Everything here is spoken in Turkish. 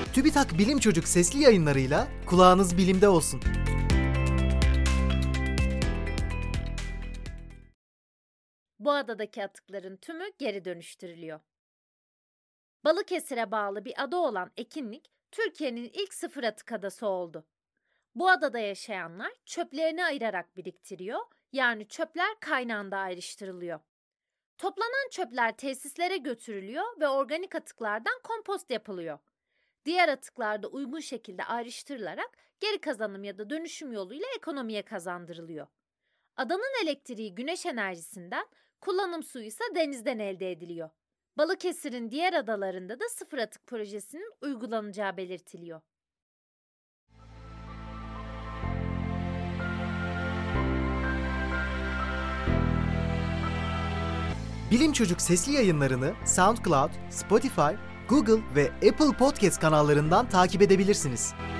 TÜBİTAK Bilim Çocuk sesli yayınlarıyla kulağınız bilimde olsun. Bu adadaki atıkların tümü geri dönüştürülüyor. Balıkesir'e bağlı bir ada olan Ekinlik, Türkiye'nin ilk sıfır atık adası oldu. Bu adada yaşayanlar çöplerini ayırarak biriktiriyor, yani çöpler kaynağında ayrıştırılıyor. Toplanan çöpler tesislere götürülüyor ve organik atıklardan kompost yapılıyor. Diğer atıklar da uygun şekilde ayrıştırılarak geri kazanım ya da dönüşüm yoluyla ekonomiye kazandırılıyor. Adanın elektriği güneş enerjisinden, kullanım suyu ise denizden elde ediliyor. Balıkesir'in diğer adalarında da sıfır atık projesinin uygulanacağı belirtiliyor. Bilim Çocuk sesli yayınlarını SoundCloud, Spotify, Google ve Apple Podcast kanallarından takip edebilirsiniz.